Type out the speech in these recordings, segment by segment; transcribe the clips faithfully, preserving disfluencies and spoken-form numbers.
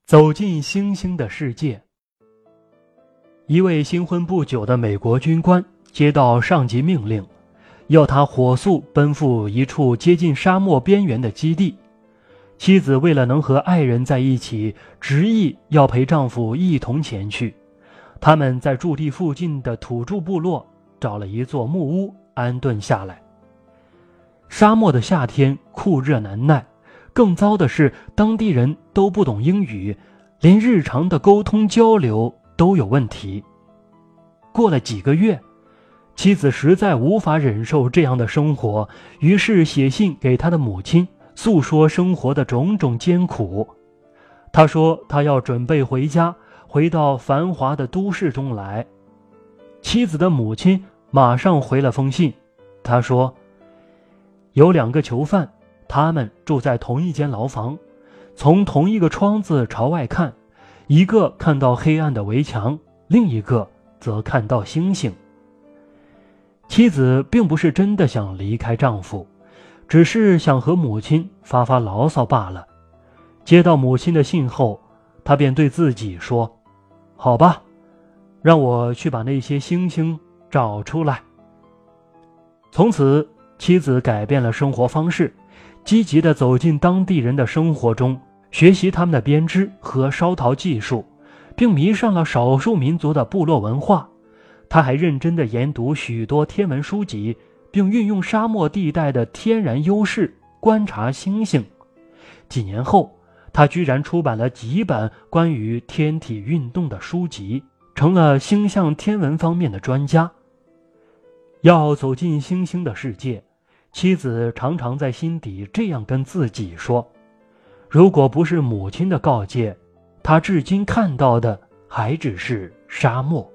走进星星的世界。一位新婚不久的美国军官接到上级命令，要他火速奔赴一处接近沙漠边缘的基地。妻子为了能和爱人在一起，执意要陪丈夫一同前去。他们在驻地附近的土著部落找了一座木屋安顿下来。沙漠的夏天酷热难耐，更糟的是当地人都不懂英语，连日常的沟通交流都有问题。过了几个月，妻子实在无法忍受这样的生活，于是写信给他的母亲，诉说生活的种种艰苦。他说他要准备回家，回到繁华的都市中来。妻子的母亲马上回了封信，他说有两个囚犯，他们住在同一间牢房，从同一个窗子朝外看，一个看到黑暗的围墙，另一个则看到星星。妻子并不是真的想离开丈夫，只是想和母亲发发牢骚罢了。接到母亲的信后，她便对自己说，好吧，让我去把那些星星找出来。从此妻子改变了生活方式，积极地走进当地人的生活中，学习他们的编织和烧陶技术，并迷上了少数民族的部落文化。他还认真地研读许多天文书籍，并运用沙漠地带的天然优势观察星星。几年后，他居然出版了几本关于天体运动的书籍，成了星象天文方面的专家。要走进星星的世界，妻子常常在心底这样跟自己说，如果不是母亲的告诫，他至今看到的还只是沙漠。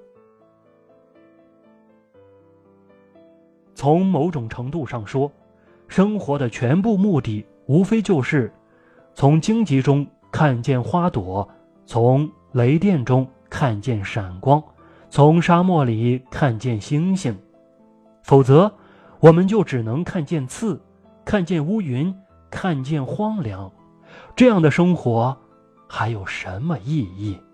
从某种程度上说，生活的全部目的无非就是从荆棘中看见花朵，从雷电中看见闪光，从沙漠里看见星星。否则我们就只能看见刺，看见乌云，看见荒凉。这样的生活还有什么意义？